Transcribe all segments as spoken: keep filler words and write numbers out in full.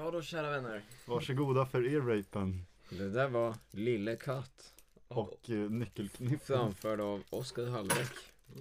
Ja då, kära vänner. Varsågoda för ear-rapen. Det där var Lille Katt. Och uh, nyckelknippen. Framförd av Oskar Hallbäck. Mm.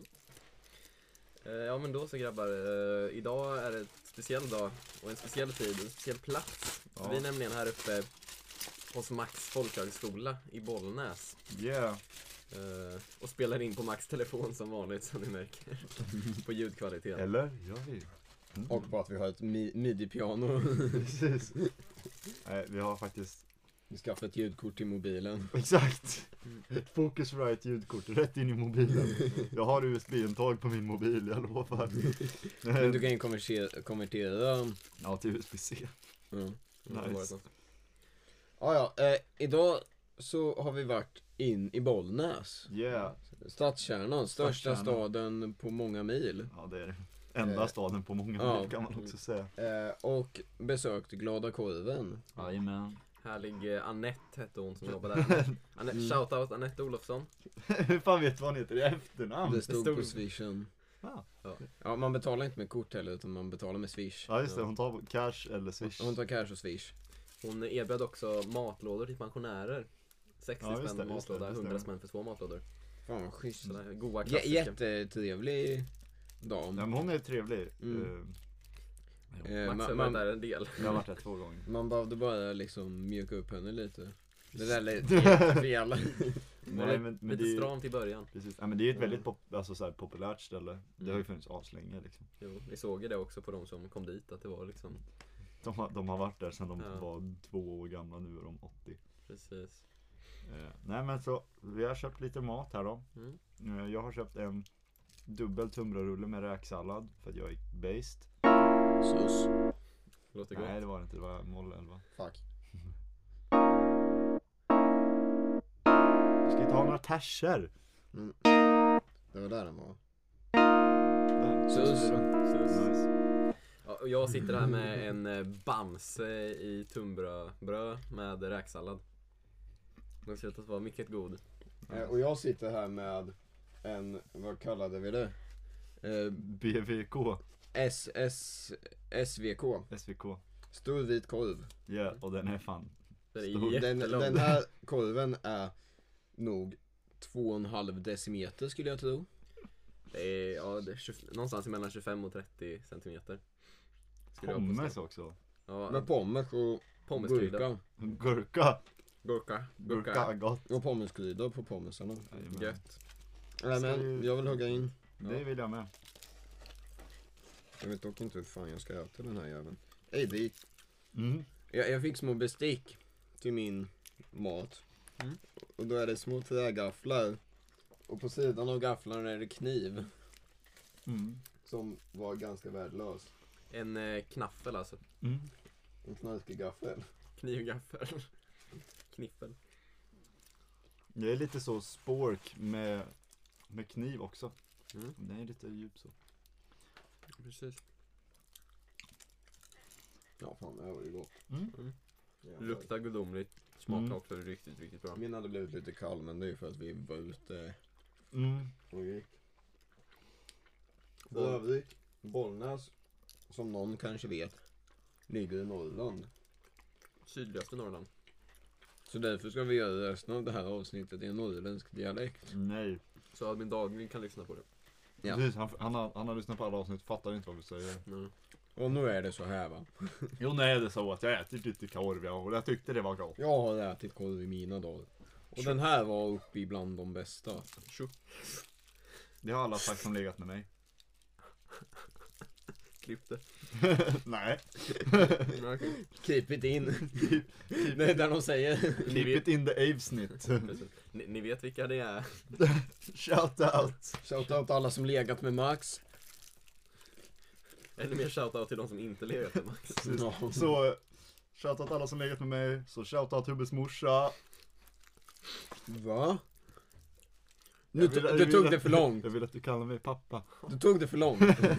Uh, ja men då så grabbar, uh, idag är det en speciell dag och en speciell tid, en speciell plats. Ja. Vi är nämligen här uppe hos Max folkhögskola i Bollnäs. Yeah. Uh, och spelar in på Max telefon som vanligt, som ni märker. På ljudkvaliteten. Eller? Ja, vi. Mm. Och på att vi har ett mi- midi-piano. Precis. Nej, vi har faktiskt... Vi skaffade ett ljudkort till mobilen. Exakt. Ett Focusrite ljudkort rätt in i mobilen. Jag har U S B-intag på min mobil, jag lovar. Men du kan ju konvertera, konvertera. Ja, till U S B-C. Mm. Nice. Ja, ja. Eh, idag så har vi varit in i Bollnäs. Yeah. Stadskärnan, största Stadskärnan. staden på många mil. Ja, det är det. Enda Eh, staden på många ja. mil kan man också säga. Eh, och besökt Glada Korven. Jajamän. Härlig uh, Annette hette hon som jobbade där. Annette, Mm. shoutout Annette Olofsson. Hur fan vet vad han heter i efternamn? Det stod stod- på Swishen. Ja. Ja. Ja, man betalar inte med kort heller utan man betalar med Swish. Ja, just det. Hon tar cash eller swish. Hon tar cash och Swish. Hon erbjöd också matlådor till pensionärer. sextio Ja, just spänn det, just det, matlåda, just det. hundra spänn för två matlådor. Fan vad schysst. Sådana goda J- klassiker. jättetrevlig dam. Ja, men hon är trevlig. Mm. Eh, Eh, Max ma- har man, varit där en del. Jag har varit där två gånger. man behövde bara liksom mjuka upp henne lite. Det där lät jättefel. Nej, men, men Lite det är, stramt i början. precis. Ja, men det är ju ett Mm. väldigt pop, alltså, så här, populärt ställe. Det har ju funnits aslänge liksom. Jo, vi såg ju det också på de som kom dit, att det var liksom, De har, de har varit där sedan de Ja. var två år gamla, nu är de åttio. precis. Eh, nej men så, vi har köpt lite mat här då. Mm. Eh, jag har köpt en dubbel tunnbrödsrulle med räksallad för att jag är based. Sus. Låter gott. Nej det var det inte, det var noll elva. Fuck. Ska vi ta några terser? Mm. Det var där den var. Där. Sus. Sus. Nice. Ja, och jag sitter här med en eh, bamse i tunnbröd bröd med räksallad. Den ser ut att vara mycket god. Eh, och jag sitter här med en, vad kallade vi det? Eh, B V K. S S S V K. S V K. Stor vit korv. Ja, yeah, och den är fan. Den Stor. är Den, jättelång. den här korven är nog två och en halv decimeter skulle jag tro. Det är, ja, det är tjugo, någonstans mellan tjugofem och trettio centimeter. Skulle jag Pommes påstå. också. Ja, Med pommes och pommeskrydda. gurka. Gurka. Gurka. Gurka Gurka. är gott. Och pommeskrydda på pommesarna. Jajamän. Gött. Nej Ska men, vi- jag vill hugga in. Det vill jag med. Jag vet dock inte hur fan jag ska äta den här jäveln. Ej dit. Mm. Jag, jag fick små bestick till min mat. Mm. Och då är det små trägafflar. Och på sidan av gafflarna är det kniv. Mm. Som var ganska värdelös. En eh, knaffel alltså. Mm. En knarkig gaffel. Knivgaffel. Kniffel. Det är lite så spork med, med kniv också. Mm. Den är lite djup så. Precis. Ja fan, det här var ju gott. Mm. Jävlar. Luktar gudomligt. Smakar Mm. också riktigt, riktigt bra. Min hade blivit lite kall men det är ju för att vi var ute Mm. och gick. För övrigt, Bollnäs, som någon kanske vet, ligger i Norrland. Sydligaste Norrland. Så därför ska vi göra resten av det här avsnittet i en norrländsk dialekt. Nej. Så att min daglig kan lyssna på det. Ja. Precis, han, han, har, han har lyssnat på alla avsnitt, fattar inte vad vi säger. Mm. Och nu är det så här va. Jo, nej det är så att jag ätit lite korv ja, och jag tyckte det var gott. Jag har ätit korv i mina dagar. Och den här var uppe ibland de bästa. Tjo. Det har alla sagt som legat med mig. Klipp det. Nej. Okej. Keep it in. Det är där de säger. Keep it in the avsnitt. Precis. Ni, ni vet vilka det är. Shout out. Shoutout alla som legat med Max. Ännu mer shoutout till de som inte legat med Max. Ja. Så shout out alla som legat med mig. Så shout out Hubbes morsa. Va? Nu Jag vill- tog, jag du vill tog att- det för långt. Jag vill att du kallar mig pappa. Du tog det för långt.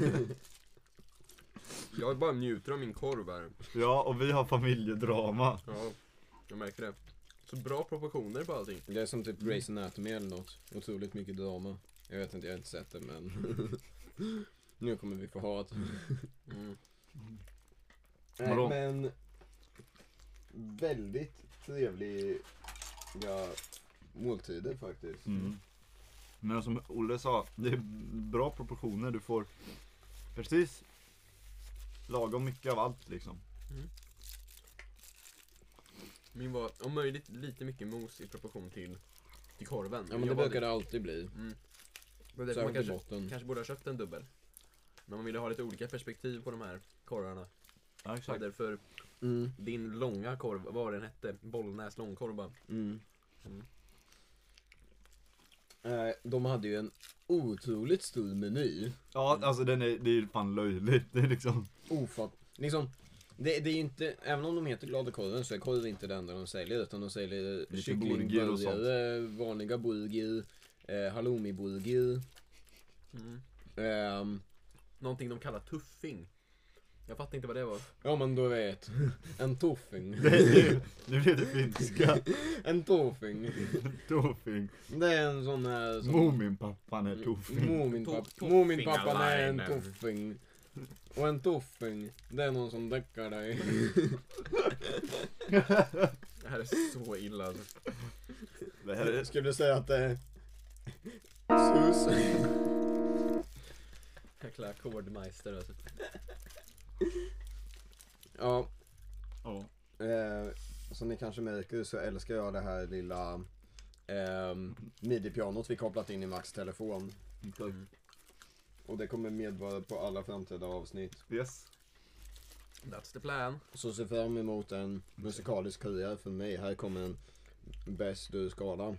Jag bara njuter av min korv här. Ja, och vi har familjedrama. Ja, jag märker det. Så bra proportioner på allting. Det är som typ Grey's Anatomy eller något. Otroligt mycket drama. Jag vet inte, jag har inte sett det men nu kommer vi få ha ett. Mm. Nej, Vadå? men väldigt trevliga måltider faktiskt. Mm. Men som Olle sa, det är bra proportioner. Du får precis lagom mycket av allt liksom. Mm. Min var om möjligt lite mycket mos i proportion till, till korven. Ja, men det Jag var brukar det alltid bli. Mm. Men därför man Särskilt i kanske, botten. kanske borde ha köpt en dubbel. Men man ville ha lite olika perspektiv på de här korvarna. Ja, Så därför Mm. din långa korv, vad den hette, Bollnäs långkorv bara. Mm. Mm. Eh, de hade ju en otroligt stor meny. Ja, alltså den är, det är fan löjligt. Det är liksom... Ofatt. Liksom, det, det är ju inte, även om de heter Glada korven så är korv inte det enda de säljer. Utan de säljer Lite burger och kycklingburgare, vanliga burger, eh, halloumi-burger. Mm. ehm, Någonting de kallar tuffing. Jag fattar inte vad det var. Ja men du vet, en toffing. Nu blev det finska. En toffing. Toffing. Det är en sån här som... Muminpappan är toffing. Muminpappan To- Muminpappan är en toffingalinen. toffing. Och en toffing, det är någon som däckar dig. Det här är så illa alltså. Det här är... Skulle du säga att det är... Sus? Jäkla ackordmeister alltså. Ja, Ja. eh, som ni kanske märker så älskar jag det här lilla eh, midi-pianot vi kopplat in i Max telefon. Mm. Och det kommer medvara på alla framtida avsnitt. Yes. That's the plan. Så se fram emot en musikalisk karriär för mig. Här kommer en bäst ur skalan.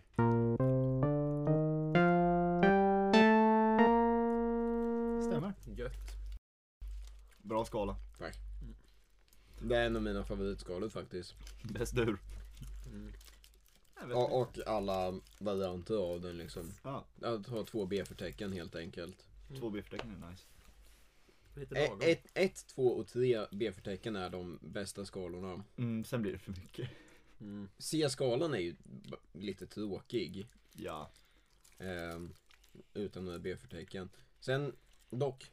Stämmer. Gött. Bra skala. Det är en av mina favoritskalor faktiskt. Bäst ur. Mm. Och, och alla varianter av den liksom. Ja, Att ha två B-förtecken helt enkelt. två B-förtecken är nice. Lite Ett, lagom. ett, ett, två och tre B-förtecken är de bästa skalorna. Mm, sen blir det för mycket. Mm. C-skalan är ju b- lite tråkig. Ja. ehm, utan några B-förtecken. Sen dock.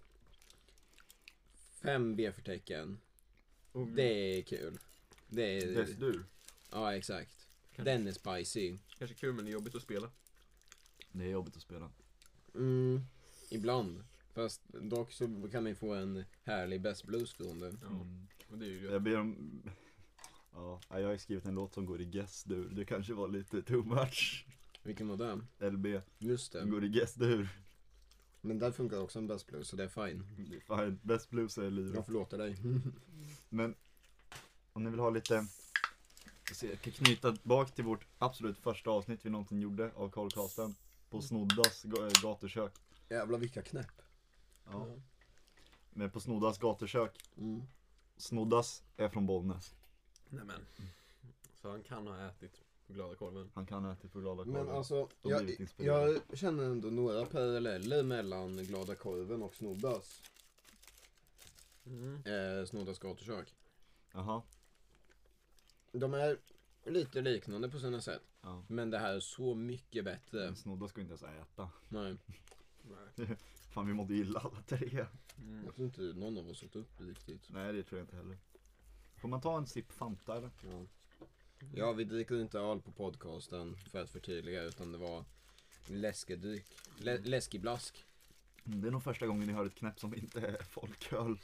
Fem B-förtecken. Mm. Det är kul. Det är... Bäst ur. Ja, exakt. Kan- Den är spicy. Kanske kul men det är jobbigt att spela. Det är jobbigt att spela. Mm, ibland. Fast dock så kan man ju få en härlig bäst blues-stående. Ja. Mm. Och det är ju Jag ber om... Ja, jag har skrivit en låt som går i gäst-dur. Det kanske var lite too much. Vilken var den? L B. Just Den det. går i gäst-dur. Men där funkar också en bäst blues så det är fine. Det är fine. Best blues är livet. Jag förlåter dig. Men om ni vill ha lite... Jag ser, jag kan knyta tillbaka till vårt absolut första avsnitt vi någonsin gjorde av Karlcasten. På Snoddas ga- gatukök. Jävlar vilka knäpp. Ja. Men på Snoddas gatukök. Mm. Snoddas är från Bollnäs. Nämen. Så han kan ha ätit glada korven. Han kan ha ätit på glada Men korven. alltså, De jag, blivit inspirerade. jag känner ändå några paralleller mellan Glada korven och Snoddas. Mm. Eh, Snoddas gatukök. Jaha. De är lite liknande på sina sätt. Ja. Men det här är så mycket bättre. Men Snoddas ska inte ens äta. Nej, Nej. Fan, vi mådde illa alla tre. Mm. jag tror inte någon av oss åt upp riktigt. Nej, det tror jag inte heller. Får man ta en sipp Fanta eller? Ja. Ja, vi dricker inte öl på podcasten för att förtydliga, utan det var läskedryck. Lä- läskiblask. Mm, det är nog första gången ni hör ett knäpp som inte är folköl.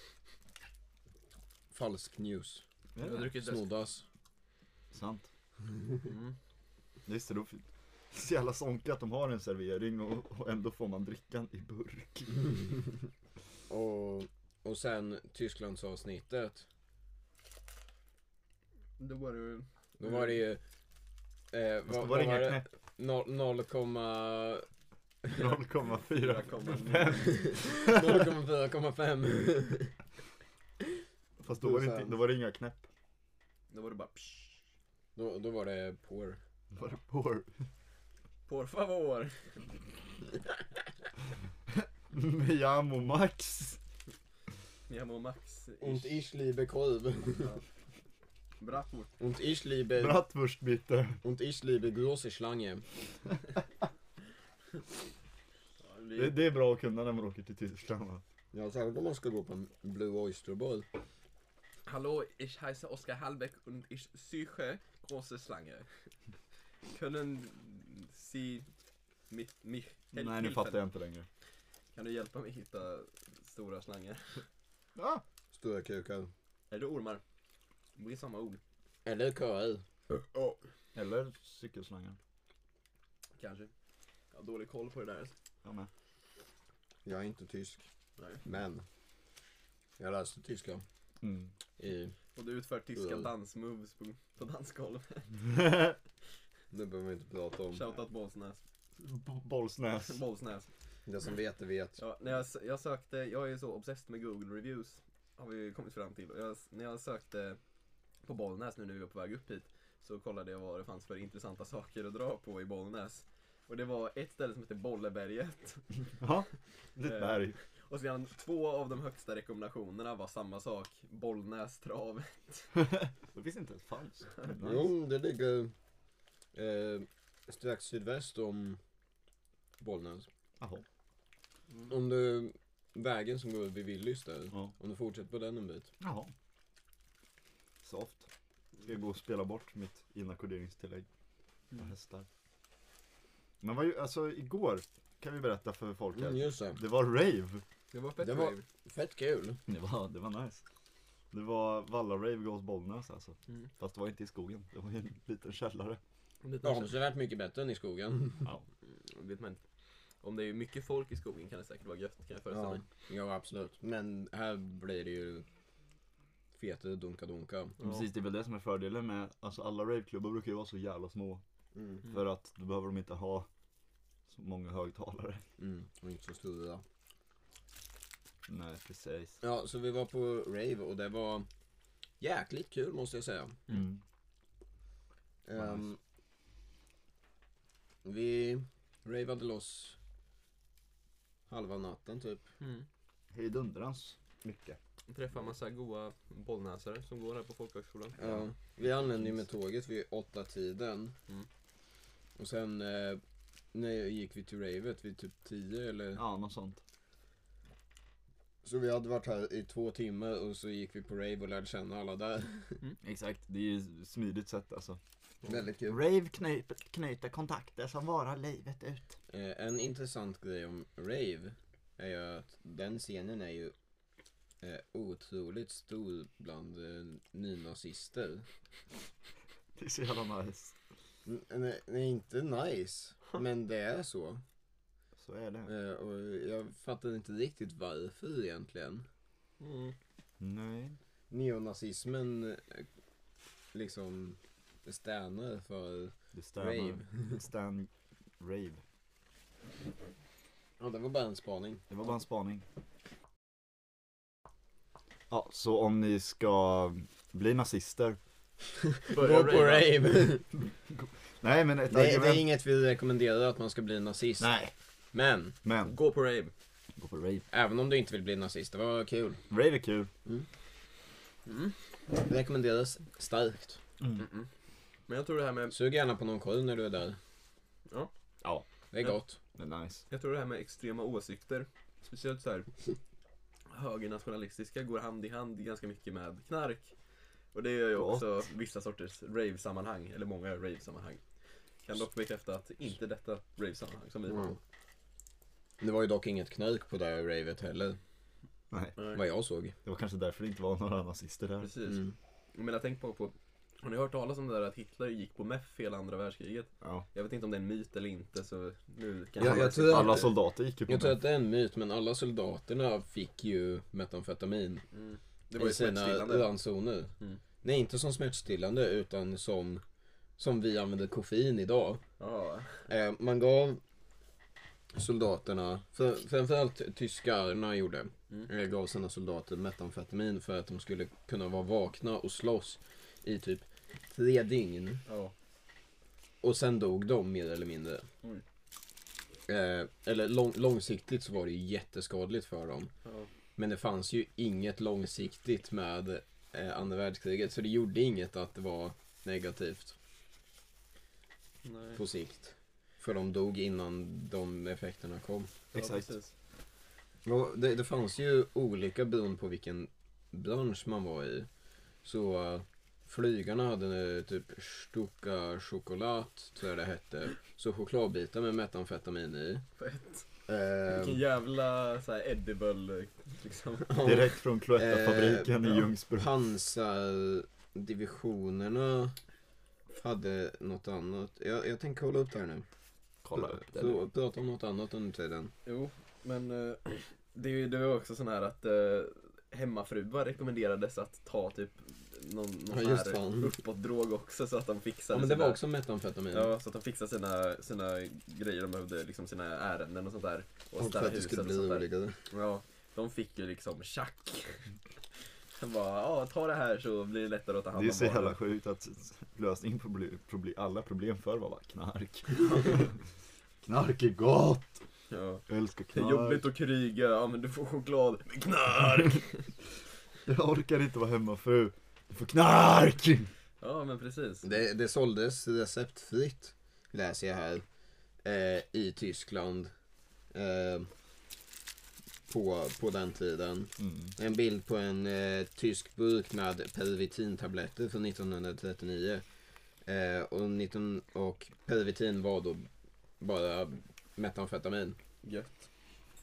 Falsk news. Jag har druckit läsk. Snoddas. Sant. Mm. Just det, då det är så jävla sonka att de har en servering och, och ändå får man drickan i burk. Och, och sen Tysklandsavsnittet. Då var det Då var det ju... Eh, Fast då var det inga knäpp. noll- noll komma noll komma fyra fem. noll komma fyra komma fem. Fast då var, det inte, då var det inga knäpp. Då var det bara psh. Då, då var det pour. Då var det por. Por favor. Me llamo Max. Jag mår Max. Und ich liebe Korv. Bratwurst. Und ich liebe... Bratwurst bitte. Und ich liebe große Schlange. Det, det är bra att kunna när man åker till Tyskland, va? Ja, särskilt om man ska gå på en Blue Oyster Bar. Hallo, ich heiße Oskar Hallbeck und ich suche große Schlange. Können Sie mit mich hel- Nej, nu helfen? fattar jag inte längre. Kan du hjälpa mig hitta stora slangor? Ah, Stora kukar. Eller ormar? Det är samma ord. Eller köer. Ja, eller cykelslangar. kanske. Jag har dålig koll på det där. Jag med. Jag är inte tysk. Nej. Men. Jag läste tyska. Mm. I... Och du utför tyska Mm. dansmoves på, på dansgolv. Det behöver vi inte prata om. Shoutout Bollsnäs. Bollsnäs. Bollsnäs. Det som vet det vet. Ja, när jag, jag sökte, jag är så obsessed med Google reviews. Har vi kommit fram till. Och jag, när jag sökte på Bollnäs nu när vi var på väg upp hit. Så kollade jag vad det fanns för intressanta saker att dra på i Bollnäs. Och det var ett ställe som heter Bolleberget. Ja, det är ett berg. Och sedan två av de högsta rekommendationerna var samma sak. Bollnäs trav. Det finns inte ens falskt. Nice. Jo, det ligger eh, strax sydväst om Bollnäs. Jaha. Om du, vägen som går vid Willys där, Ja. om du fortsätter på den en bit. Jaha. Soft. Ska jag gå och spela bort mitt inackorderingstillägg på Mm. hästar. Men vad, ju- alltså igår kan vi berätta för folk här. Mm, just det. Det var rave. Det var fett Det var- rave. Fett kul. Det var, det var nice. Det var Valla-rave gås Bollnäs alltså. Mm. Fast det var inte i skogen. Det var i en liten källare. Lite ja. Avsevärt mycket bättre än i skogen. Ja. Vet man inte. Om det är mycket folk i skogen kan det säkert vara gött, kan jag föreställa Ja, mig. ja, absolut. Men här blir det ju fetare dunka-dunka. Ja. Precis, det är väl det som är fördelen med, alltså alla raveklubbar brukar ju vara så jävla små. Mm. Mm. För att då behöver de inte ha så många högtalare. Mm. Och inte så stora. Nej, precis. Ja, så vi var på rave och det var jäkligt kul måste jag säga. Mm. Ehm, vi ravade loss halva natten typ. Mm. Hejdundrans mycket. Träffar massa goa bollnäsare som går här på folkhögskolan. Ja, vi anlände ju med tåget vid åtta tiden. Mm. Och sen eh, när gick vi till ravet vid typ tio eller... Ja, något sånt. Så vi hade varit här i två timmar och så gick vi på rave och lärde känna alla där. Exakt, det är ju smidigt sätt alltså. Väldigt kul. Rave knyter, knyter kontakter som varar livet ut. Eh, en intressant grej om rave är ju att den scenen är ju eh, otroligt stor bland eh, nynazister. Det är så jävla nice. N- nej, nej, inte nice, men det är så. Så är det. Eh, och jag fattar inte riktigt varför egentligen. Mm. Nej. Neonazismen eh, liksom stannar för Det stämmer. rave. Stan rave. Ja, det var bara en spaning. Det var bara en spaning. Ja, så om ni ska bli nazister. Gå på rave. Nej, men ett Det, det argument. är inget vi rekommenderar att man ska bli nazist. Nej, Men, men Gå på rave. gå på rave. även om du inte vill bli nazist, det var kul. Rave är kul. Mm. Det rekommenderas starkt. Mm -mm. Men jag tror det här med Sug gärna på någon korv när du är där. Ja. Ja, Det är Ja. gott. det är nice. Jag tror det här med extrema åsikter, speciellt så här högernationalistiska, går hand i hand ganska mycket med knark. Och det gör ju Gott. också vissa sorters rave-sammanhang, eller många rave-sammanhang. Kan dock bekräfta att inte detta rave-sammanhang som vi var Mm. på. Det var ju dock inget knark på det här ravet heller, Nej, Nej. vad jag såg. det var kanske därför det inte var några nazister där. Precis. Mm. Men jag tänkte på, på, har ni hört talas om det där att Hitler gick på meth hela andra världskriget? Ja. Jag vet inte om det är en myt eller inte, så nu kan Ja, alla- jag tror- Alla soldater gick ju på Jag tror det. att det är en myt, men alla soldaterna fick ju metamfetamin Mm. Det var ju i sina smärtstillande. ransoner. Mm. Nej, inte som smärtstillande utan som, som vi använder koffein idag. Ja. Eh, man gav soldaterna, för, framförallt tyskarna gjorde, Mm. eh, gav sina soldater metamfetamin för att de skulle kunna vara vakna och slåss i typ tre dygn. Ja. Och sen dog de mer eller mindre. Mm. Eh, eller lång, långsiktigt så var det ju jätteskadligt för dem. Ja. Men det fanns ju inget långsiktigt med eh, andra världskriget, så det gjorde inget att det var negativt Nej. på sikt. För de dog innan de effekterna kom. Ja, Exakt. precis. Och det, det fanns ju olika beroende på vilken bransch man var i. Så uh, flygarna hade uh, typ stucka choklad, tror jag det hette. Så chokladbitar med metamfetamin i. Fett. Uh, Vilken jävla så här edible liksom. Direkt från Cloetta-fabriken Eh, i Ljungsbro. Pansardivisionerna hade något annat. Jag, jag tänker kolla upp det här nu. Kolla upp det. Så, prata om något annat under tiden. Jo, men uh, det är ju det var också sån här att uh, hemmafruar rekommenderades att ta typ någon, någon Ja, just här fan. uppåtdrog också så att de fixade Ja, men det sina, var också metamfetamin. ja, så att de fixade sina, sina grejer, de behövde liksom sina ärenden och sånt där. Och Och för städa att det huset skulle och bli sånt där. roligare. Ja, de fick ju liksom tjack. Han bara, ja ta det här så blir det lättare att ta hand Det är om så jävla barnen. sjukt att lösningen på problem, problem, alla problem förr var bara knark. Knark är gott! Ja. Jag älskar Det är knark. jobbigt att kriga, ja men du får choklad med knark. Jag orkar inte vara hemmafru. Du får knark! Ja men precis. Det, det såldes receptfritt, läser jag här, eh, i Tyskland. Eh, på, på den tiden. Mm. En bild på en eh, tysk burk med pervitintabletter från nittonhundratrettionio. Eh, och, nitton, och pervitin var då bara metamfetamin. Gött.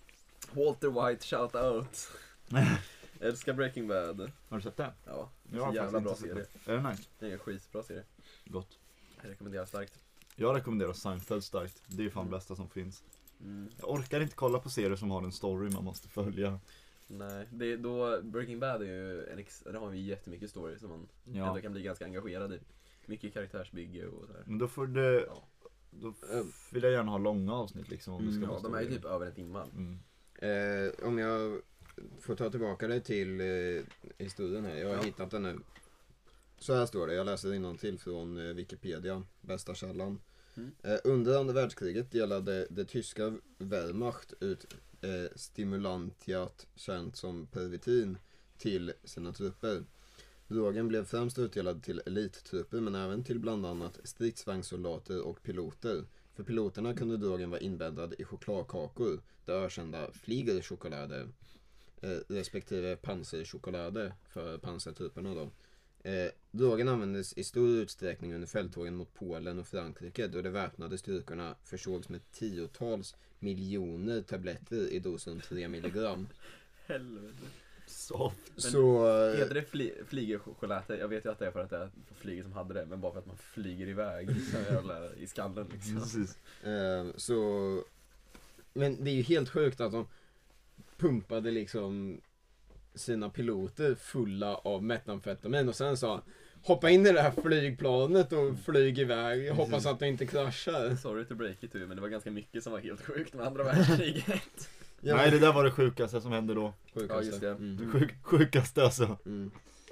Walter White, shout out. Älskar Breaking Bad. Har du sett den? Ja, Jag har så jävla faktiskt bra inte sett serie. den. Är det nice? Det är en skitbra serie. Gott. Jag rekommenderar starkt. Jag rekommenderar Seinfeld starkt. Det är fan Mm. bästa som finns. Mm. Jag orkar inte kolla på serier som har en story man måste följa. Nej, det är då Breaking Bad är ju en ex- där har vi jättemycket story som man Ja. ändå kan bli ganska engagerad i. Mycket karaktärsbygge och så här. Men då får det... Ja. Då f- vill jag gärna ha långa avsnitt liksom om det ska Mm, vara Ja, de är ju story. typ över en timme. Mm. Eh, om jag får ta tillbaka det till eh, historien här. Jag har Ja. hittat den nu. Så här står det, jag läser innantill från eh, Wikipedia, bästa källan. Mm. Eh, under andra världskriget delade det tyska Wehrmacht ut eh, stimulantiat, känt som pervitin, till sina trupper. Drogen blev främst utdelad till elittrupper men även till bland annat stridsvagnssoldater och piloter. För piloterna kunde drogen vara inbäddad i chokladkakor, det ökända flygerchoklader, eh, respektive panserchoklader för pansartrupperna då. Eh, drogen användes i stor utsträckning under fälttågen mot Polen och Frankrike då de väpnade styrkorna försågs med tiotals miljoner tabletter i dosen tre milligram. Helvete. Soft. Så... eh, Heter det fly- flygerchoklad? Jag vet ju att det är för att det är flyger som hade det, men bara för att man flyger iväg så jävla i skallen liksom. Precis. Eh, så... Men det är ju helt sjukt att de pumpade liksom sina piloter fulla av metamfetamin och sen sa hoppa in i det här flygplanet och flyg iväg. Jag hoppas att det inte kraschar. Sorry to break it to you, men det var ganska mycket som var helt sjukt med andra världskriget. Ja, Nej, det där var det sjukaste som hände då. sjukaste. Ja, just det. Mm. Det sjuk, sjukaste alltså. Mm.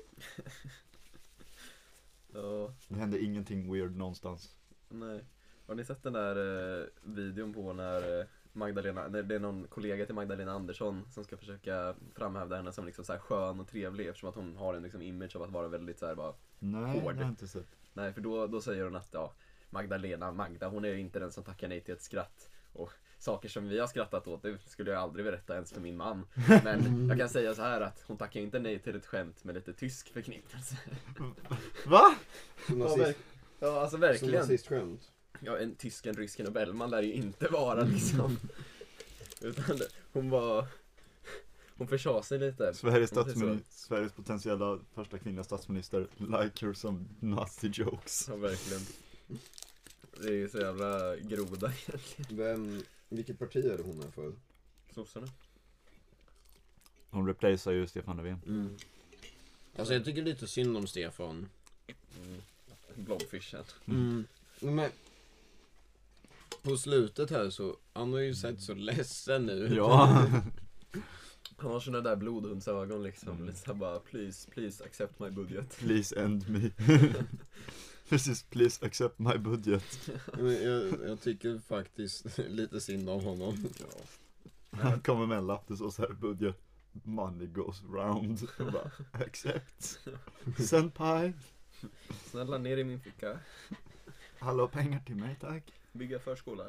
Ja, Det hände ingenting weird någonstans. nej. Har ni sett den där eh, videon på när eh, Magdalena, när det är någon kollega till Magdalena Andersson som ska försöka framhäva henne som liksom så här skön och trevlig eftersom att hon har en liksom image av att vara väldigt så här bara. Nej, Hård. det har jag inte sett. Nej, för då, då säger hon att ja, Magdalena, Magda, hon är ju inte den som tackar nej till ett skratt. Och saker som vi har skrattat åt, det skulle jag aldrig berätta ens för min man. Men jag kan säga så här att hon tackar inte nej till ett skämt med lite tysk förknippelse. Va? Som Ja, nazist, verk- ja, alltså som verkligen. nazistskämt. Ja, en tysken, rysken och Bellman lär ju inte vara liksom. Utan det- hon var... Hon försade sig lite. Sveriges, Om det är statsmini- Sveriges potentiella första kvinnliga statsminister like her some nasty jokes. Ja, verkligen. Det är ju så jävla groda egentligen. Vem, vilket parti är det hon är för? Sossarna. Hon replacear ju Stefan Löfven. Mm. Alltså jag tycker lite synd om Stefan. Mm. Blobfishen. Mm. Men på slutet här så, han har ju sett så ledsen nu. Ja. Han har såna där blodhundsögon liksom. Mm. Lite såhär bara, please, please accept my budget. Please end me. Precis, please accept my budget. Men jag, jag tycker faktiskt lite synd om honom. Ja. Han kommer med en lapp det står så här budget. Money goes round. Och bara, accept. Senpai. Snälla ner i min ficka. Hallå, pengar till mig tack. Bygga förskola.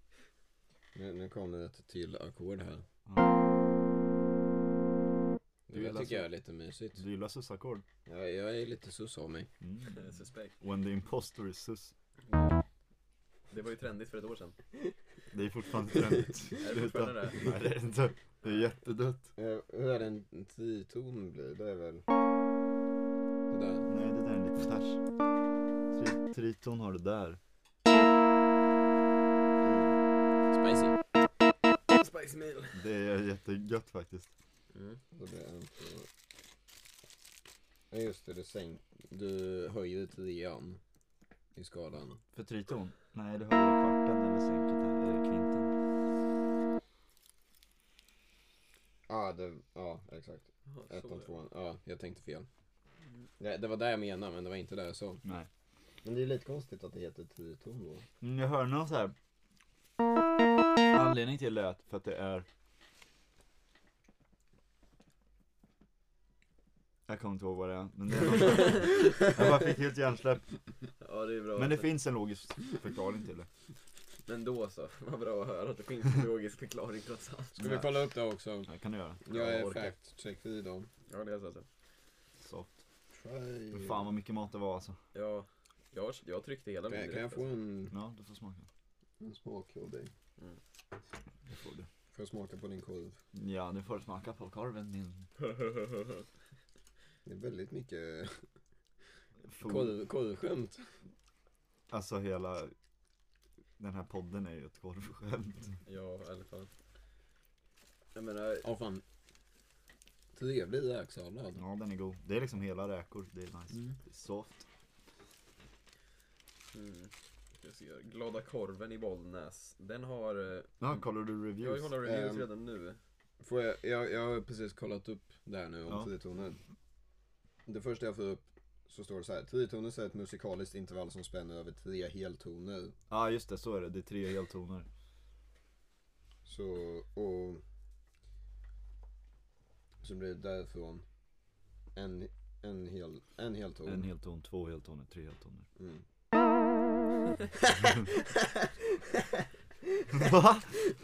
Nu, nu kommer det till ackord här. Det jag tycker jag är lite mysigt. Du gillar susackord? Ja, jag är lite sus av mig. Mm. Suspekt. When the imposter is sus. Det var ju trendigt för ett år sedan. Det är fortfarande trendigt. Är det fortfarande det? Nej, det är inte. Det är jättedött. Eh, hur är det en triton blir? Det är väl... Det där. Nej, det där är en liten ters. Tri- Triton har det där. Spicy. Spicy meal. Det är jättegött faktiskt. Mm. Och det är inte... Ja just det, det sänk... Du höjer trean i skalan. För triton? Nej, du höjer kvarten eller sänket här, eller kvinten. Ja, det... Ja, exakt. Jaha, Ettan, så. tvåan. Ja, jag tänkte fel. Det, det var där jag menade, men det var inte där jag sa. Nej. Men det är lite konstigt att det heter triton då. Mm, jag hör någon så här. Anledning till det är att för att det är. Jag kommer inte ihåg vad det är, men det är jag bara fick helt hjärnsläpp. Ja, det är bra. Men det finns en logisk förklaring till det. Men då så, vad bra att höra att det finns en logisk förklaring trots allt. Ska vi kolla upp det också? Det kan du göra. Jag Ja, är orkar. fact-check idag. Ja, det är så alltså. Soft. Try. Men fan vad mycket mat det var alltså. Ja, jag, jag tryckte hela Kan, min kan jag direkt, få alltså. en, Ja, du får smaka. en smak av dig? Det får du. Får jag smaka på din korv? Ja, du får smaka på korven min. Det är väldigt mycket Food. korv, korvskämt. Alltså hela den här podden är ju ett korvskämt. Ja, i alla fall. Jag menar, Ja fan. Trevlig räksallad. Ja, den är god. Det är liksom hela räkor. Det är nice. Mm. Det är soft. mm, jag ser, Glada korven i Bollnäs. Den har... eh, Ja, kollar du Jag reviews? håller reviews Ehm, redan nu. Får jag, jag, jag har precis kollat upp där nu om Ja. tritoner. Det första jag får upp så står det så här. Tritoner är ett musikaliskt intervall som spänner över tre heltoner. Ja, just det. Så är det. Det är tre heltoner. Så, och så blir det därifrån en, en, hel, en helton. En helton, två heltoner, tre heltoner. Mm. Va?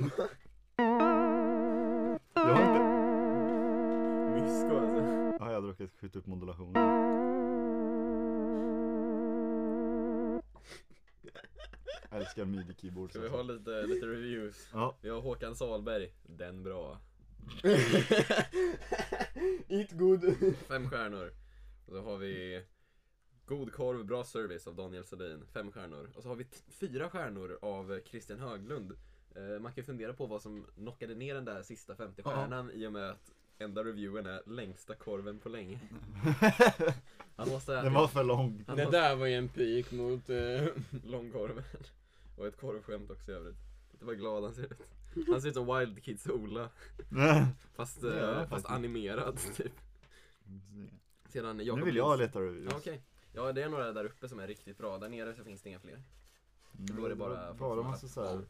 Jag har inte... Mysko alltså. Ja, jag hade råkat skjuta upp modulationen. Jag älskar midi-keyboard. Ska vi ha lite, lite reviews? Ja. Vi har Håkan Salberg. Den bra. Eat good. Fem stjärnor. Och så har vi God korv, bra service av Daniel Sedin. Fem stjärnor. Och så har vi t- fyra stjärnor av Christian Höglund. Eh, man kan fundera på vad som knockade ner den där sista femte stjärnan i och med att enda reviewen är längsta korven på länge. Han måste Den var för lång. Han Det måste, där var ju en pik mot... Eh, långkorven. Och ett korvskämt också i övrigt. Det var glad han ser ut. Han ser ut som Wild Kids Ola. Fast, Ja, eh, faktiskt. fast animerad typ. Sedan Nu Jakob vill jag Linds- leta reviews. Ja, okej. Ja, det är några där uppe som är riktigt bra. Där nere så finns det inga fler. Då är det bara folk bara som massa har- så här.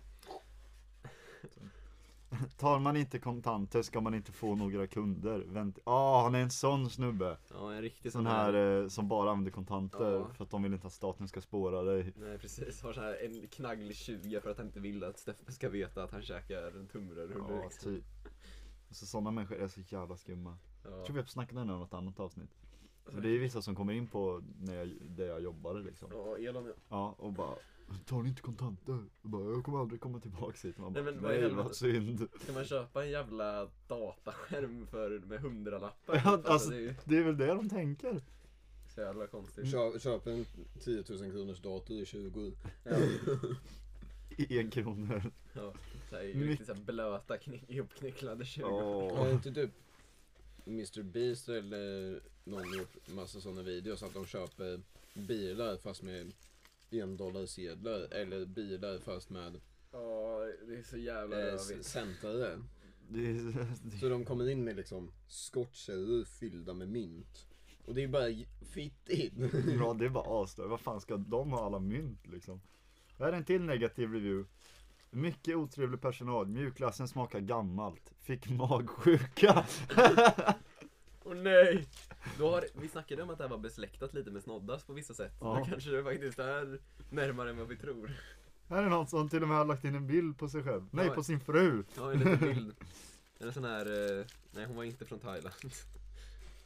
Tar man inte kontanter ska man inte få några kunder. Vänt. Ah, han är en sån snubbe. Ja, en riktig Sån här eh, som bara använder kontanter Ja. för att de vill inte att staten ska spåra dig. Nej, precis. Har så här en knagglig tjugo för att han inte vill att Steffen ska veta att han käkar en tunnbrödsrulle. Ja, liksom. typ. Så sådana människor är så jävla skumma. Ja. Jag tror vi har snackat om det i något annat avsnitt. För det är vissa som kommer in på när jag, där jag jobbade liksom. Ja, Elon, ja. Ja, och bara tar ni inte kontanter? Och bara, jag kommer aldrig komma tillbaka hit. Man bara, Nej, men vad i nej helvete? vad synd. Ska man köpa en jävla dataskärm för, med hundralappar? Ja, alltså, det är ju det är väl det de tänker. så jävla konstigt. köp, köp en tio tusen kronors dator i tjugo. Ja, En kronor. ja. Så här, My- riktigt så här blöta, knick, ihopknycklade tjugo. Har Åh. inte typ mister Beast eller någon gjort massa sådana videos att de köper bilar fast med en dollar sedlar eller bilar fast med Ja, det är så jävla eh, rövigt. centare. Det är, Så de kommer in med liksom skottkärror fyllda med mynt. Och det är bara j- fittigt. ja, det är bara asstör. Vad fan ska de ha alla mynt liksom? Det här är en till negativ review. Mycket otrevlig personal. Mjukglassen smakar gammalt. Fick magsjuka. Åh nej! Då har, vi snackade om att det här var besläktat lite med snoddas på vissa sätt. Ja. Men kanske det faktiskt är närmare än vad vi tror. Här är någon som till och med har lagt in en bild på sig själv. Nej, Ja. på sin fru. Ja, en liten bild. En sån här, eh, nej hon var inte från Thailand.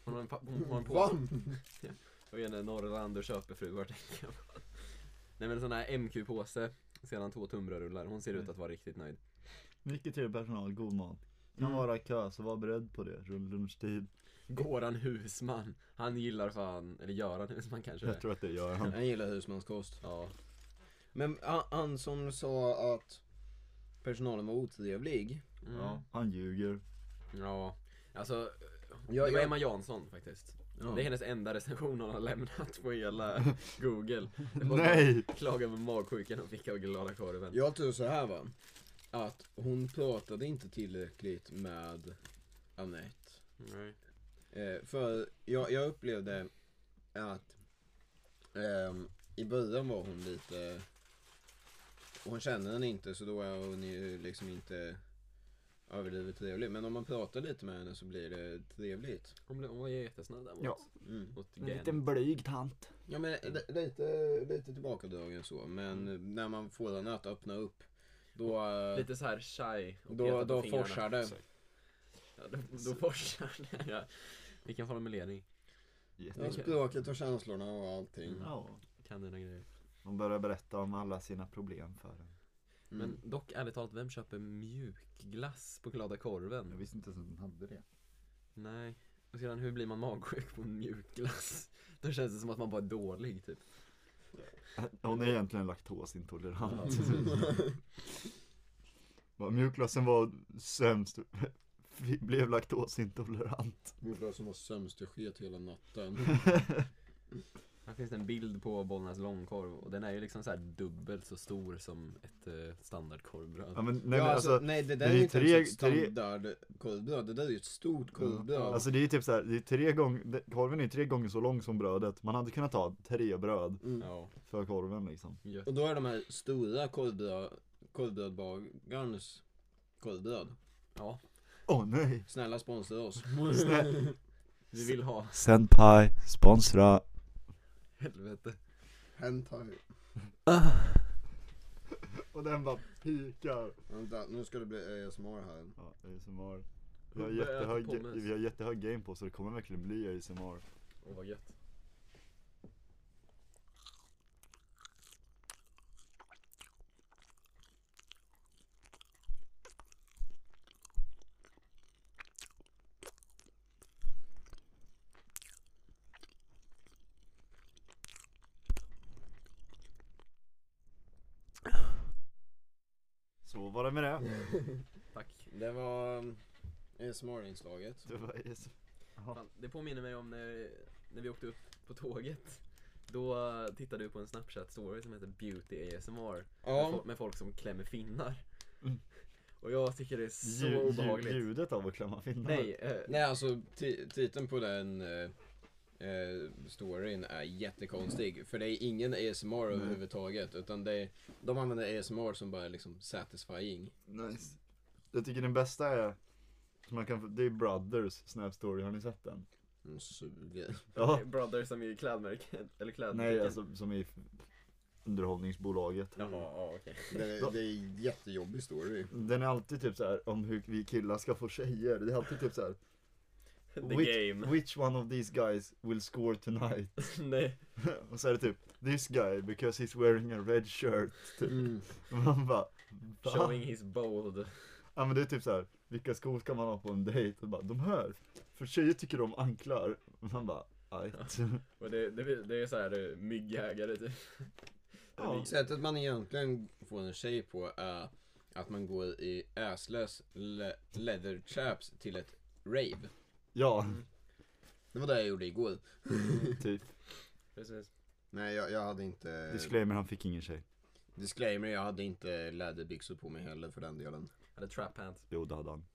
Hon har en, pa- hon har en Va? påse. Och en Norrland och köpefruar tänker jag på. Nej men en sån här M Q-påse. Sedan två tunnbrödsrullar. Hon ser ut att vara riktigt nöjd. Mycket trevlig personal, god mat. Kan Mm. vara kö, så var beredd på det, runt lunchtid. Goran Husman. Han gillar fan, eller Göran Husman kanske Jag det. tror att det gör han. Han gillar husmanskost. Ja. Men han, han som sa att personalen var otrevlig. Mm. Ja, han ljuger. Ja. Alltså, det Jag, var jag, Emma Jansson faktiskt. ja. Det är hennes enda recension hon har lämnat på hela Google. Det var Nej! klaga över magsjukan och fick av glada korven. jag tror så här va. Att hon pratade inte tillräckligt med Anette. Nej. Eh, för jag, jag upplevde att ehm, i början var hon lite, hon känner henne inte så då är hon ju liksom inte överdrivet trevlig. Men om man pratar lite med henne så blir det trevligt. Hon, blev, hon var jättesnäll där mot, Ja. Mm. mot En Gen. liten blyg tant. Ja men li- lite, lite tillbakadragen så. Men när man får henne att öppna upp då, eh, Lite så här shy. och då, peta på då fingrarna. forsar det. Ja, då, då forsar det. Ja. Vilken formulering. Ja, Jättekul. språket och känslorna och allting. Ja. Kan dina grejer. Hon börjar berätta om alla sina problem för henne. Mm. Men dock ärligt talat, vem köper mjukglass på glada korven? Jag visste inte ens att hon hade det. Nej. Och sedan hur blir man magsjuk på mjukglass? Då känns det som att man bara är dålig typ. Hon är egentligen laktosintolerant. Ja. Mjukglassen var sämst. Vi blev laktosintolerant. Min fru som var sämst, jag sket hela natten. Här finns det en bild på Bollnäs långkorv och den är ju liksom så här dubbelt så stor som ett eh, standardkorvbröd. Ja, men, nej, Ja, men alltså, alltså, nej det där det är är ju inte tre- ens ett tre- standard korvbröd, det där är ju ett stort korvbröd. alltså det är typ så här, det är tre gånger, det- korven är tre gånger så lång som brödet. Man hade kunnat ta tre bröd Mm. Ja, för korven liksom. gött. Och då är de här stora korvbröd, korvbrödbagarns korvbröd. Ja, Åh oh, nej! Snälla sponsra oss. vi vill ha Senpai, sponsra. helvete. Hentai. Och den bara pikar. Vänta, nu ska det bli A S M R här. Ja, A S M R. Vi har, Börjar äta jättehög, pommes. vi har jättehög game på så det kommer verkligen bli A S M R. Åh vad gött. Så var det med det. Tack. Det var um, A S M R-inslaget. Det var A S M R. Fan, det påminner mig om när, när vi åkte upp på tåget. Då uh, tittade du på en Snapchat-story som heter Beauty A S M R. Med, Ja, fol- med folk som klämmer finnar. Mm. Och jag tycker det är så Ljud- obehagligt. Ljudet av att klämma finnar. Nej, eh, nej alltså ti- titeln på den eh, eh, storyn är jättekonstig. För det är ingen A S M R Nej. överhuvudtaget. Utan det är, de använder A S M R som bara liksom satisfying. Nice. Jag tycker den bästa är, som man kan, få- det är Brothers Snap Story, har ni sett den? Mm, suger. Ja. Brothers som i klädmärken, eller klädmärken. Nej, alltså som i underhållningsbolaget. Jaha, ja okej. Det, är- det är en jättejobbig story. Den är alltid typ så här om hur vi killar ska få tjejer. Det är alltid typ så här. The Which, game. which one of these guys will score tonight? Nej. Och så är det typ this guy because he's wearing a red shirt. Typ. Mm. Och man bara, va? Showing his bold. Ja men det är typ så här. Vilka skor ska man ha på en dejt? Och bara, de här. För tjejer tycker om anklar. Och man bara, ajt. Och det, det, det är så här eh, myggägare typ. Ja. Sättet man egentligen får en tjej på är att man går i assless le- leather chaps till ett rave. Ja, Det var det jag gjorde igår. typ. Precis. Nej, jag, jag hade inte... Disclaimer, han fick ingen tjej. Disclaimer, jag hade inte läderbyxor på mig heller för den delen. Eller trap pants. Jo, det hade han.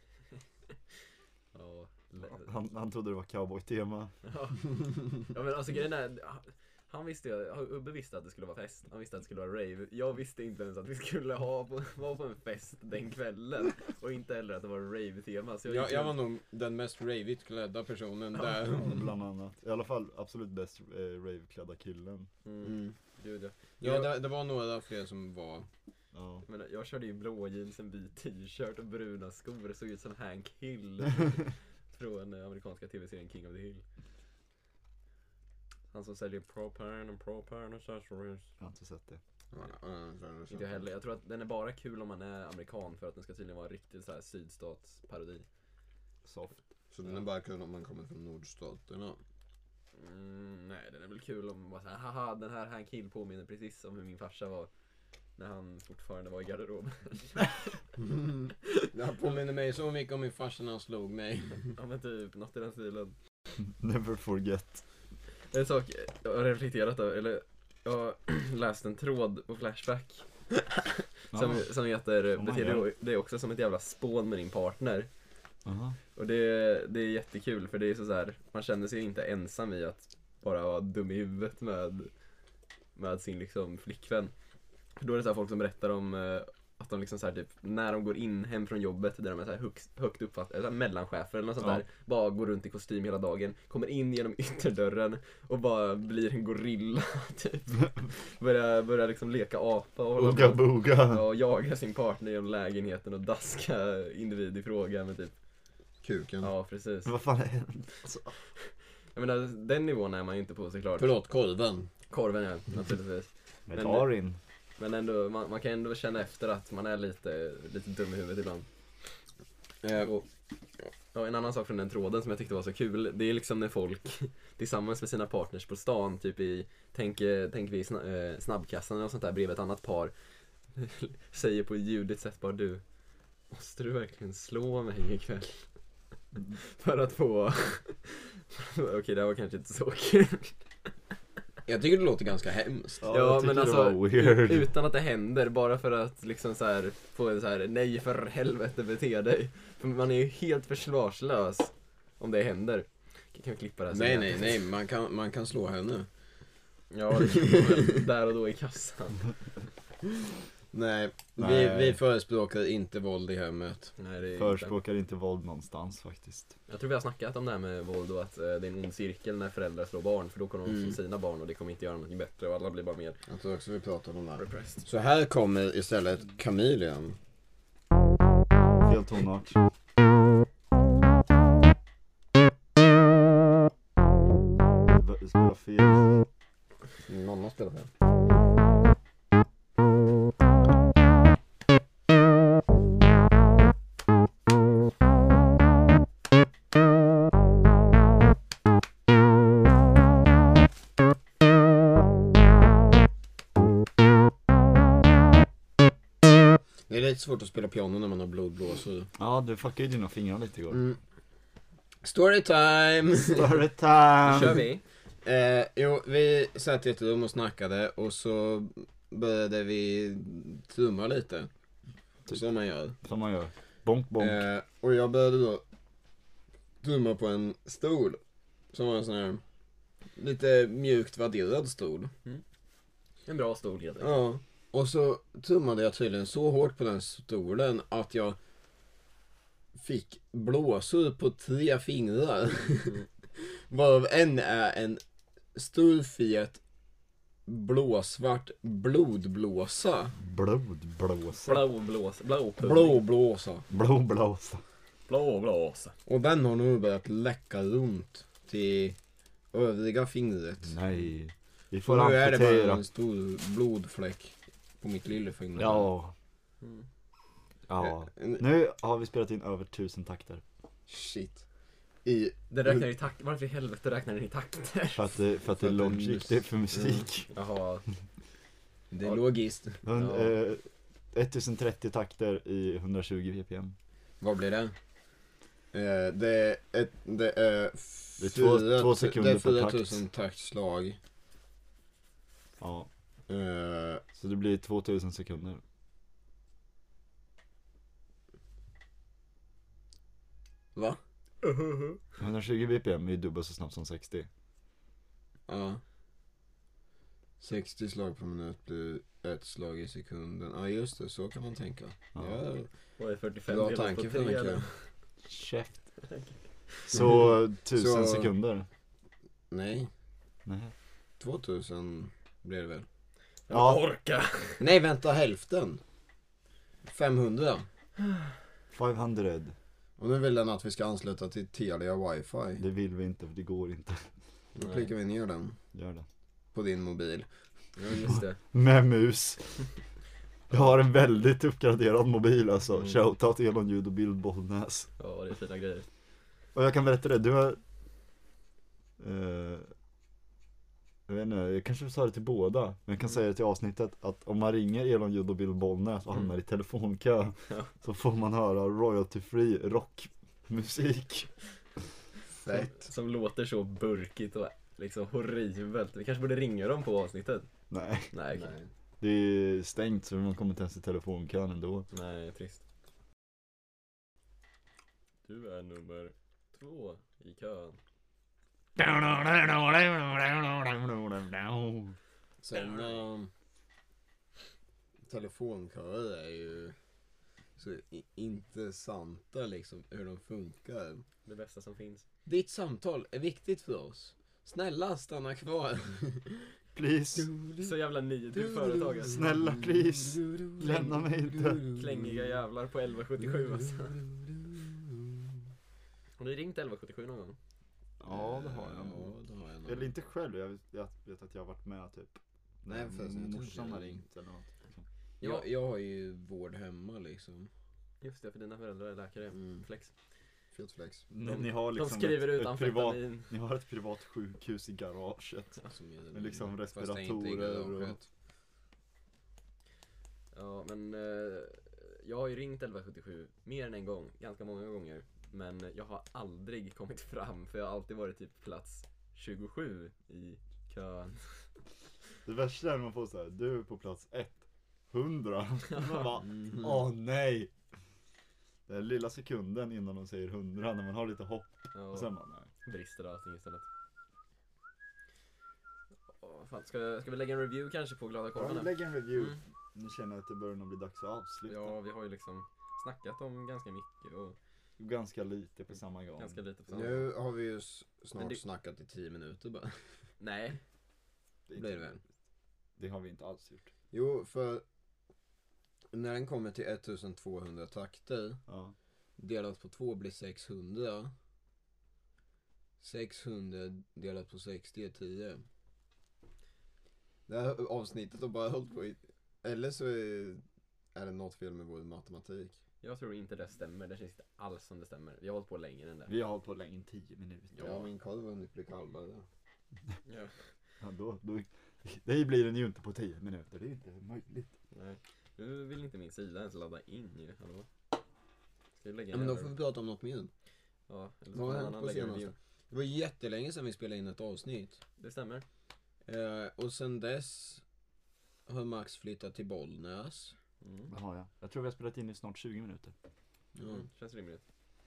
Ja, le- Han, han trodde det var cowboy-tema. ja. Ja men alltså grejen är, han visste ju, Ubbe visste att det skulle vara fest. Han visste att det skulle vara rave. Jag visste inte ens att vi skulle ha på, vara på en fest den kvällen. Och inte heller att det var rave-tema. Så jag, Jag, gick jag runt- var nog den mest ravigt klädda personen där. Bland annat. I alla fall absolut bäst eh, rave-klädda killen. Mm, Mm. gud ja. Ja, det, det var några fler som var... Ja. Men jag körde ju blå jeans, en vit t-shirt och bruna skor. Det såg ut som Hank Hill. Från eh, amerikanska tv-serien King of the Hill. Han som säljer propane och propane accessories. Jag har inte sett det. Inte jag heller. Jag tror att den är bara kul om man är amerikan, för att den ska tydligen vara en riktig så här sydstatsparodi. Soft. Så den är bara kul om man kommer från nordstaterna. Mm, nej, den är väl kul om man bara såhär, haha, den här Hank Hill påminner precis om hur min farsa var när han fortfarande var i garderoben. Mm. Det här påminner mig så mycket om min farsa när han slog mig. Ja men typ, något i den stilen. Never forget. En sak jag har reflekterat över, eller jag har läst en tråd på Flashback som, Ah. som heter, Oh my betyder God. det är också som ett jävla spån med din partner. Aha. Och det, det är jättekul, för det är så, så här, man känner sig inte ensam i att bara vara dum i huvudet med, med sin liksom flickvän. För då är det så här folk som berättar om eh, att de liksom så här, typ, när de går in hem från jobbet, där de är så här högst, högt uppfatt, eller så här mellanchefer eller något sånt Ja. där, bara går runt i kostym hela dagen, kommer in genom ytterdörren och bara blir en gorilla typ. Börjar, börjar liksom leka apa och hålla Ooga på booga. ja, och jaga sin partner genom lägenheten och daska individ i fråga med typ. Kuken. Ja, precis. Vad fan är det? Alltså, Jag menar, den nivån är man ju inte på såklart. Förlåt, korven. Korven, ja, naturligtvis. med Men- Darin. Men ändå, man, man kan ändå känna efter att man är lite, lite dum i huvudet ibland. Eh, Och, ja, en annan sak från den tråden som jag tyckte var så kul, det är liksom när folk tillsammans med sina partners på stan, typ i, tänk, eh, tänk vi i sna, eh, snabbkassan och sånt där bredvid ett annat par, säger på ett ljudligt sätt bara, du, måste du verkligen slå mig ikväll? För att få, okej det här var kanske inte så kul. jag tycker det låter ganska hemskt. Ja, Ja, jag tycker men det alltså var weird. utan att det händer, bara för att liksom så här få en så här, nej för helvete bete dig. För man är ju helt försvarslös om det händer. Kan vi klippa det här sen? Nej, nej, nej, man kan, man kan slå henne. Ja, det kan man väl där och då i kassan. Nej, vi, Nej. vi förespråkar inte våld i hemmet. Nej, det är inte. Förespråkar inte våld någonstans faktiskt. Jag tror vi har snackat om det här med våld och att eh, det är en ond cirkel när föräldrar slår barn, för då kommer de Mm. slå sina barn och det kommer inte göra någonting bättre och alla blir bara mer Jag tror också vi pratar om det här. repressed. Så här kommer istället Chameleon. Fel tonart. Det spelar fel. Någon har spelat här. Det är lite svårt att spela piano när man har blodblåsor. Ja, du fuckade ju dina fingrar lite igår. Mm. Storytime! Story Då time! kör vi. Eh, jo, vi satt i ett rum och snackade och så började vi trumma lite. Som man gör. Som man gör. Bonk bonk. Eh, och jag började då trumma på en stol. Som var en sån här lite mjukt vadderad stol. En bra stol helt enkelt. Ja. Och så trummade jag tydligen så hårt på den stolen att jag fick blåsor på tre fingrar. Varav en är en stor fet blåsvart blodblåsa. Blodblåsa. Blåblås, blåpung. Blåblåsa. Blodblåsa. Blåblås. Och den har nu börjat läcka runt till övriga fingret. Nej. Vi Och får nu är det bara amputera. en stor blodfläck på mitt lillefinger. Ja. Mm. Ja. En- Nu har vi spelat in över tusen takter. Shit. I, Det räknar i takt. Varför i helvete räknar den i takter? För att det, för att det är För att det är logic, mus- det är för musik. Jaha. det är logiskt. Men, Ja. eh, tusen trettio takter i hundratjugo bpm. Vad blir det? Eh, det är ett, det är Det är två- fyra- två sekunder det är per fyra takt. tusen taktslag. Ja. Eh, Så det blir tvåtusen sekunder. va? hundratjugo bpm är ju dubbelt så snabbt som sextio. Ja. sextio slag per minut blir ett slag i sekunden. Ja, just det, så kan man tänka. Ja. Ja, Vad är fyrtiofem bra delat tanke på för tre, den eller? killen. Käft. Så tusen Så- sekunder. Nej, Nej. tvåtusen blir det väl? Ja. Orka! Nej, vänta, hälften. femhundra. femhundra. Och nu vill den att vi ska ansluta till Telia wifi. Det vill vi inte, för det går inte. Då klickar vi ner den Gör det. på din mobil. Ja, just det. Med mus. Jag har en väldigt uppgraderad mobil alltså. Mm. Shoutout Elon ljud och bild Bollnäs. Ja, det är fina grejer. Och jag kan berätta det, du har eh, jag vet inte, jag kanske sa det till båda, men jag kan Mm. säga det till avsnittet att om man ringer Elon ljud och bild Bollnäs och Mm. hamnar i telefonkö Ja. så får man höra royalty free rockmusik. Fett. Som låter så burkigt och liksom horribelt. Vi kanske borde ringa dem på avsnittet. Nej, Nej, okej. Nej. det är stängt så man kommer inte ens i telefonkön ändå. Nej, trist. Du är nummer två i kön. Sådana telefonkörer är ju så i- intressanta liksom, hur de funkar. Det bästa som finns. Ditt samtal är viktigt för oss. Snälla stanna kvar. Please, Så jävla ny till företaget. snälla please, lämna mig inte. Klängiga jävlar på elva sjuttiosju alltså. Har ni ringt elva sjuttiosju någon gång? Ja, det har jag. Ja, det har jag nog. Eller inte själv, jag vet, jag vet att jag har varit med typ. Nej, förresten, jag tror inte morsan jag har har ringt eller något. Liksom. Jag, jag har ju vård hemma liksom. Just det, för dina föräldrar är läkare. Mm. Flex. Fetflex. Ni, ni har De liksom skriver ett, ut ett privat, amfetamin. ni har ett privat sjukhus i garaget. Som är Med liksom fast det är inte i respiratorer och- garaget. Ja, men eh, jag har ju ringt elva sjuttiosju mer än en gång, ganska många gånger. Men jag har aldrig kommit fram, för jag har alltid varit typ plats tjugosju i kön. Det värsta är när man får så här, du är på plats ett hundra. Man bara, Mhm. åh nej. Den lilla sekunden innan de säger hundra, när man har lite hopp. Ja, Och sen bara, nej. brister allting istället. Åh, fan, ska, ska vi lägga en review kanske på Glada Ja, korvarna? lägg en review. Mm. Nu känner jag att det börjar nog bli dags att avsluta. Ja, vi har ju liksom snackat om ganska mycket och Ganska lite på samma gång. ganska lite på samma. Nu har vi ju s- snart Men det- snackat i tio minuter bara. Nej, Det, är blir det inte- väl. det har vi inte alls gjort. Jo, för när den kommer till ettusentvåhundra takter Ja. delat på två blir sexhundra. sexhundra delat på sextio är tio. Det här avsnittet har bara hållit på i... Eller så är, är det något fel med vår matematik. jag tror inte det stämmer. Det känns inte alls som det stämmer. Vi har hållit på längre än det. Vi har hållit på länge, tio minuter. Ja, min korv har hunnit bli kallare. Ja. Ja, då, då, det blir den ju inte på tio minuter, det är inte möjligt. Nej. Nu vill inte min sida ens ladda in ju. Hallå? Ska vi lägga Ja, en men då jävla- får vi prata om något mer. Ja, eller så Vad får har någon hänt annan på lägga en senaste? review. Det var jättelänge sedan vi spelade in ett avsnitt. Det stämmer. Eh, och sen dess har Max flyttat till Bollnäs. Mm. Det har jag. Jag tror vi har spelat in i snart tjugo minuter. Ja. Mm. Känns rimligt.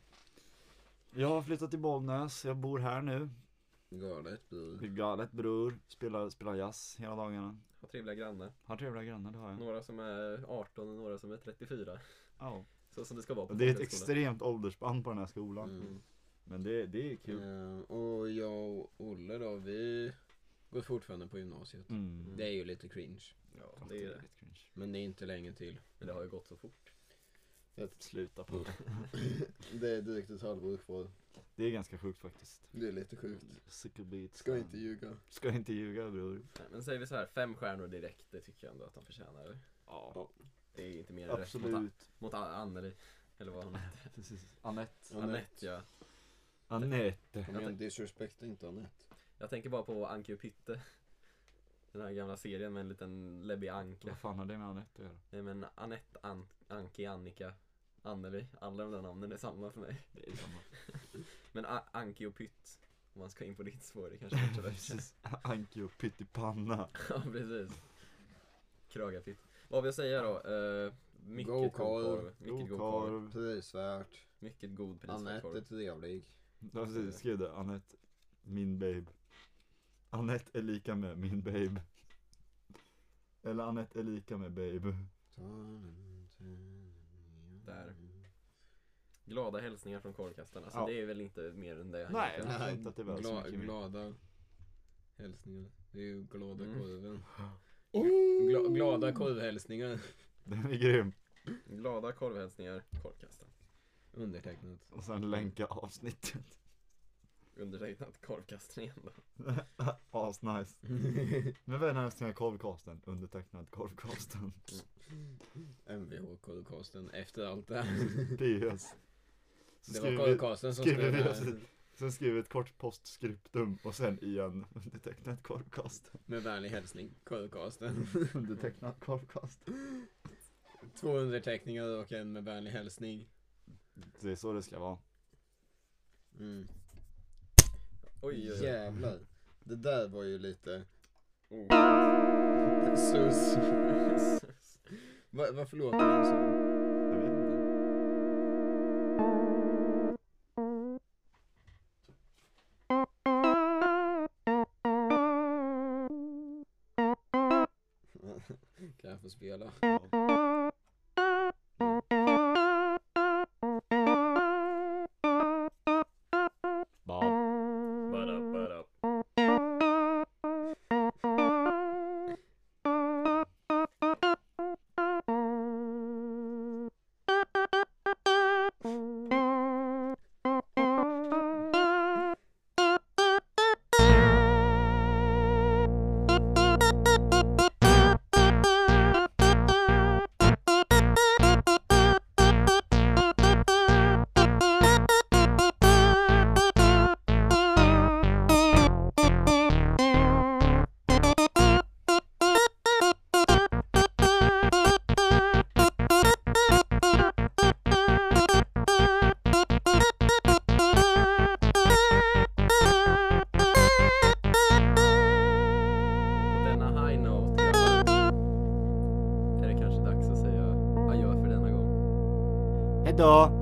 Jag har flyttat till Bollnäs, jag bor här nu. Galet Det är blir. galet bror, spelar, spelar jazz hela dagarna. Har trevliga grannar. Har trevliga grannar, det har jag. Några som är arton och några som är trettiofyra. Ja. Så som det ska vara på Och det är ett folkhögskola. extremt åldersspann på den här skolan. Mm. Mm. Men det, det är kul. Eh, och jag och Olle då, vi går fortfarande på gymnasiet. Mm. Det är ju lite cringe. Ja, det är det. lite cringe. Men det är inte länge till. Men det har ju gått så fort. Sluta på det. Det är drygt ett halvår kvar. Det är ganska sjukt faktiskt. Det är lite sjukt. Cykelbeat. Ska inte ljuga. Ska inte ljuga bror. Nej, men säger vi så här, fem stjärnor direkt, det tycker jag ändå att han förtjänar. Eller? Ja, Det är inte mer än rätt mot, absolut. mot A- Anneli. Eller vad hon heter. Precis. Anette. Anette. Anette, ja. Anette. Kom igen, disrespekta inte Anette. Jag tänker bara på Anke och Pytte. Den här gamla serien med en liten läbbig Anke. Vad fan har det med Anette att göra? Nej men Anette, An- Anke, Annika, Anneli. Alla de där namnen är samma för mig. Det är samma. Men A- Anke och Pytt. Om man ska in på ditt spår, det kanske är bättre. Precis. Anki och pyttipanna. Ja, precis. Kragapytt. Vad vill jag säga då? Uh, mycket God god korv. korv. Mycket god korv. korv. Prisvärt. Mycket god prisvärd Anette korv. är trevlig. Ja, precis. Skrev det. Anette, min babe. Anette är lika med min babe. Eller Anette är lika med babe. Där. Glada hälsningar från korvkastarna. Alltså Ja. det är väl inte mer än det. Nej. egentligen. Jag tror inte att det var så Gla- mycket mer. glada hälsningar. Det är ju glada Mm. korven. Gla- glada korvhälsningar. Den är grym. Glada korvhälsningar, korvkastaren. Undertecknat. Och sen länka avsnittet. Undertecknat korvkastningen då. As nice. Men vad är den här stängda korvkasten? Undertecknad korvkasten. M V H-korvkasten efter allt det här. P S. Så Det var skriver vi- korvkasten som skriver vi skrev oss ett- Sen skriver ett kort postskriptum och sen igen undertecknad korvkasten. med vänlig hälsning, korvkasten. Undertecknad korvkast. Två underteckningar och en med vänlig hälsning. Det är så det ska vara. Mm. Oj, oj, oj. Jävlar. Det där var ju lite Oh. sus. Va, varför låter den så? Jag vet inte. Kan jag få spela? Ja. Bob. Bara, bara. På denna high note grabbar, är det kanske dags att säga adjö för denna gång. Hejdå!